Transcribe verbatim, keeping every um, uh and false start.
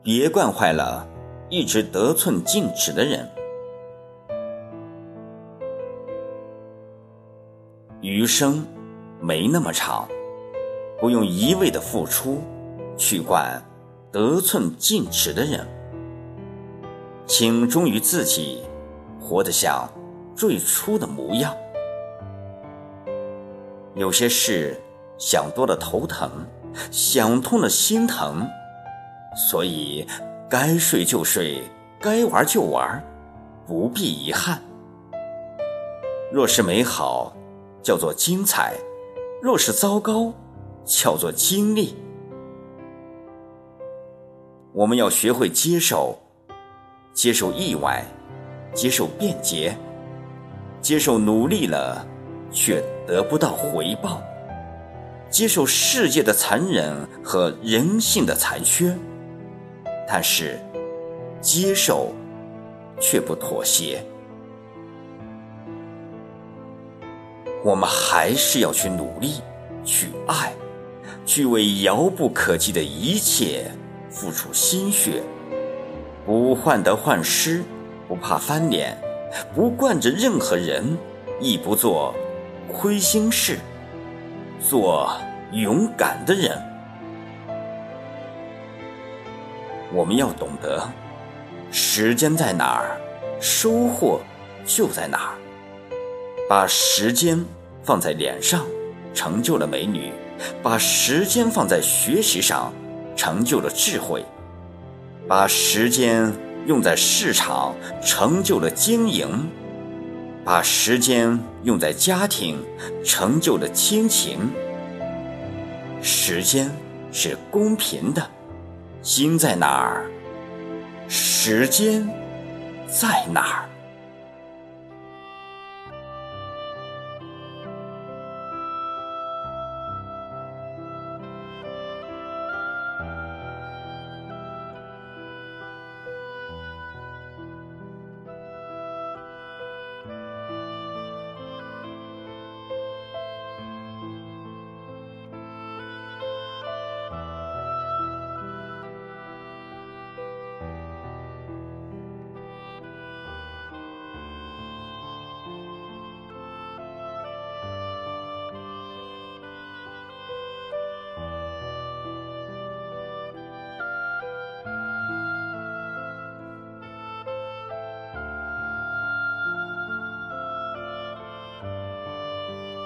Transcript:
别惯坏了一直得寸进尺的人。余生没那么长，不用一味的付出去惯得寸进尺的人，请忠于自己，活得像最初的模样。有些事想多了头疼，想通了心疼，所以该睡就睡，该玩就玩，不必遗憾。若是美好，叫做精彩；若是糟糕，叫做经历。我们要学会接受，接受意外，接受便捷，接受努力了却得不到回报，接受世界的残忍和人性的残缺，但是接受却不妥协。我们还是要去努力，去爱，去为遥不可及的一切付出心血，不患得患失，不怕翻脸，不惯着任何人，亦不做亏心事，做勇敢的人。我们要懂得，时间在哪儿，收获就在哪儿。把时间放在脸上，成就了美女；把时间放在学习上，成就了智慧；把时间用在市场，成就了经营；把时间用在家庭，成就了亲情。时间是公平的，心在哪儿，时间在哪儿。